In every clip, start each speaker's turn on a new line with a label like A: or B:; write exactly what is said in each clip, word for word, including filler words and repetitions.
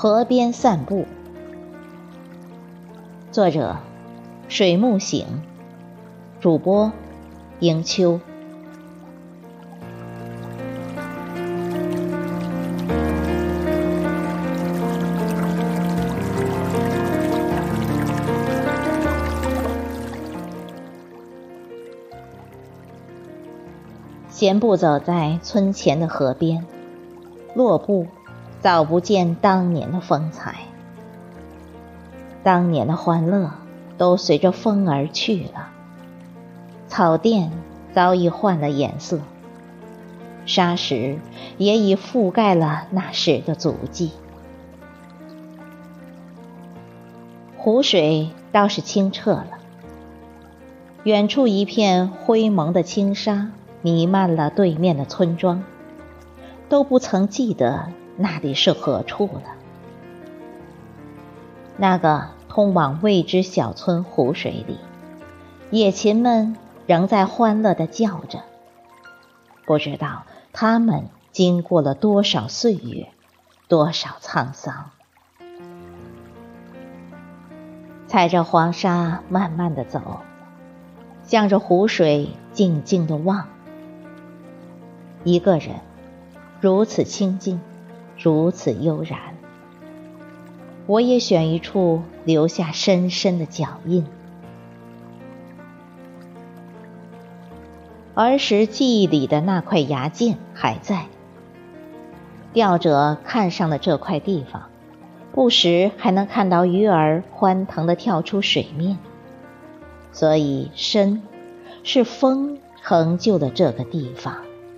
A: 河边散步，作者水木醒，主播迎秋。闲步走在村前的河边，落步早不见当年的风采，当年的欢乐都随着风而去了，草甸早已换了颜色，沙石也已覆盖了那时的足迹。湖水倒是清澈了，远处一片灰蒙的轻纱弥漫了对面的村庄，都不曾记得那里是何处了。那个通往未知小村湖水里，野禽们仍在欢乐地叫着，不知道它们经过了多少岁月，多少沧桑。踩着黄沙慢慢地走，向着湖水静静地望。一个人如此清静，如此悠然，我也选一处留下深深的脚印。儿时记忆里的那块崖涧还在，钓者看上了这块地方，不时还能看到鱼儿欢腾地跳出水面，所以深是风成就了这个地方。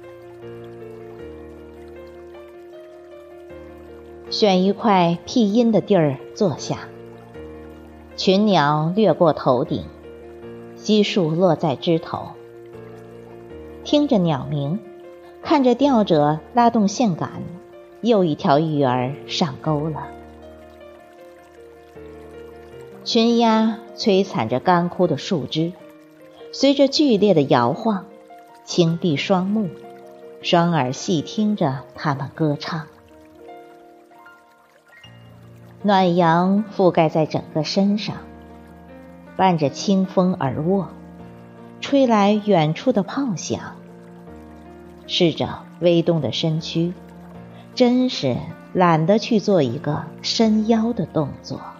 A: 选一块僻阴的地儿坐下，群鸟掠过头顶，稀树落在枝头，听着鸟鸣，看着钓者拉动线杆，又一条鱼儿上钩了。群鸦摧残着干枯的树枝，随着剧烈的摇晃，轻闭双目，双耳细听着它们歌唱。暖阳覆盖在整个身上，伴着清风而卧，吹来远处的炮响。试着微动的身躯，真是懒得去做一个伸腰的动作。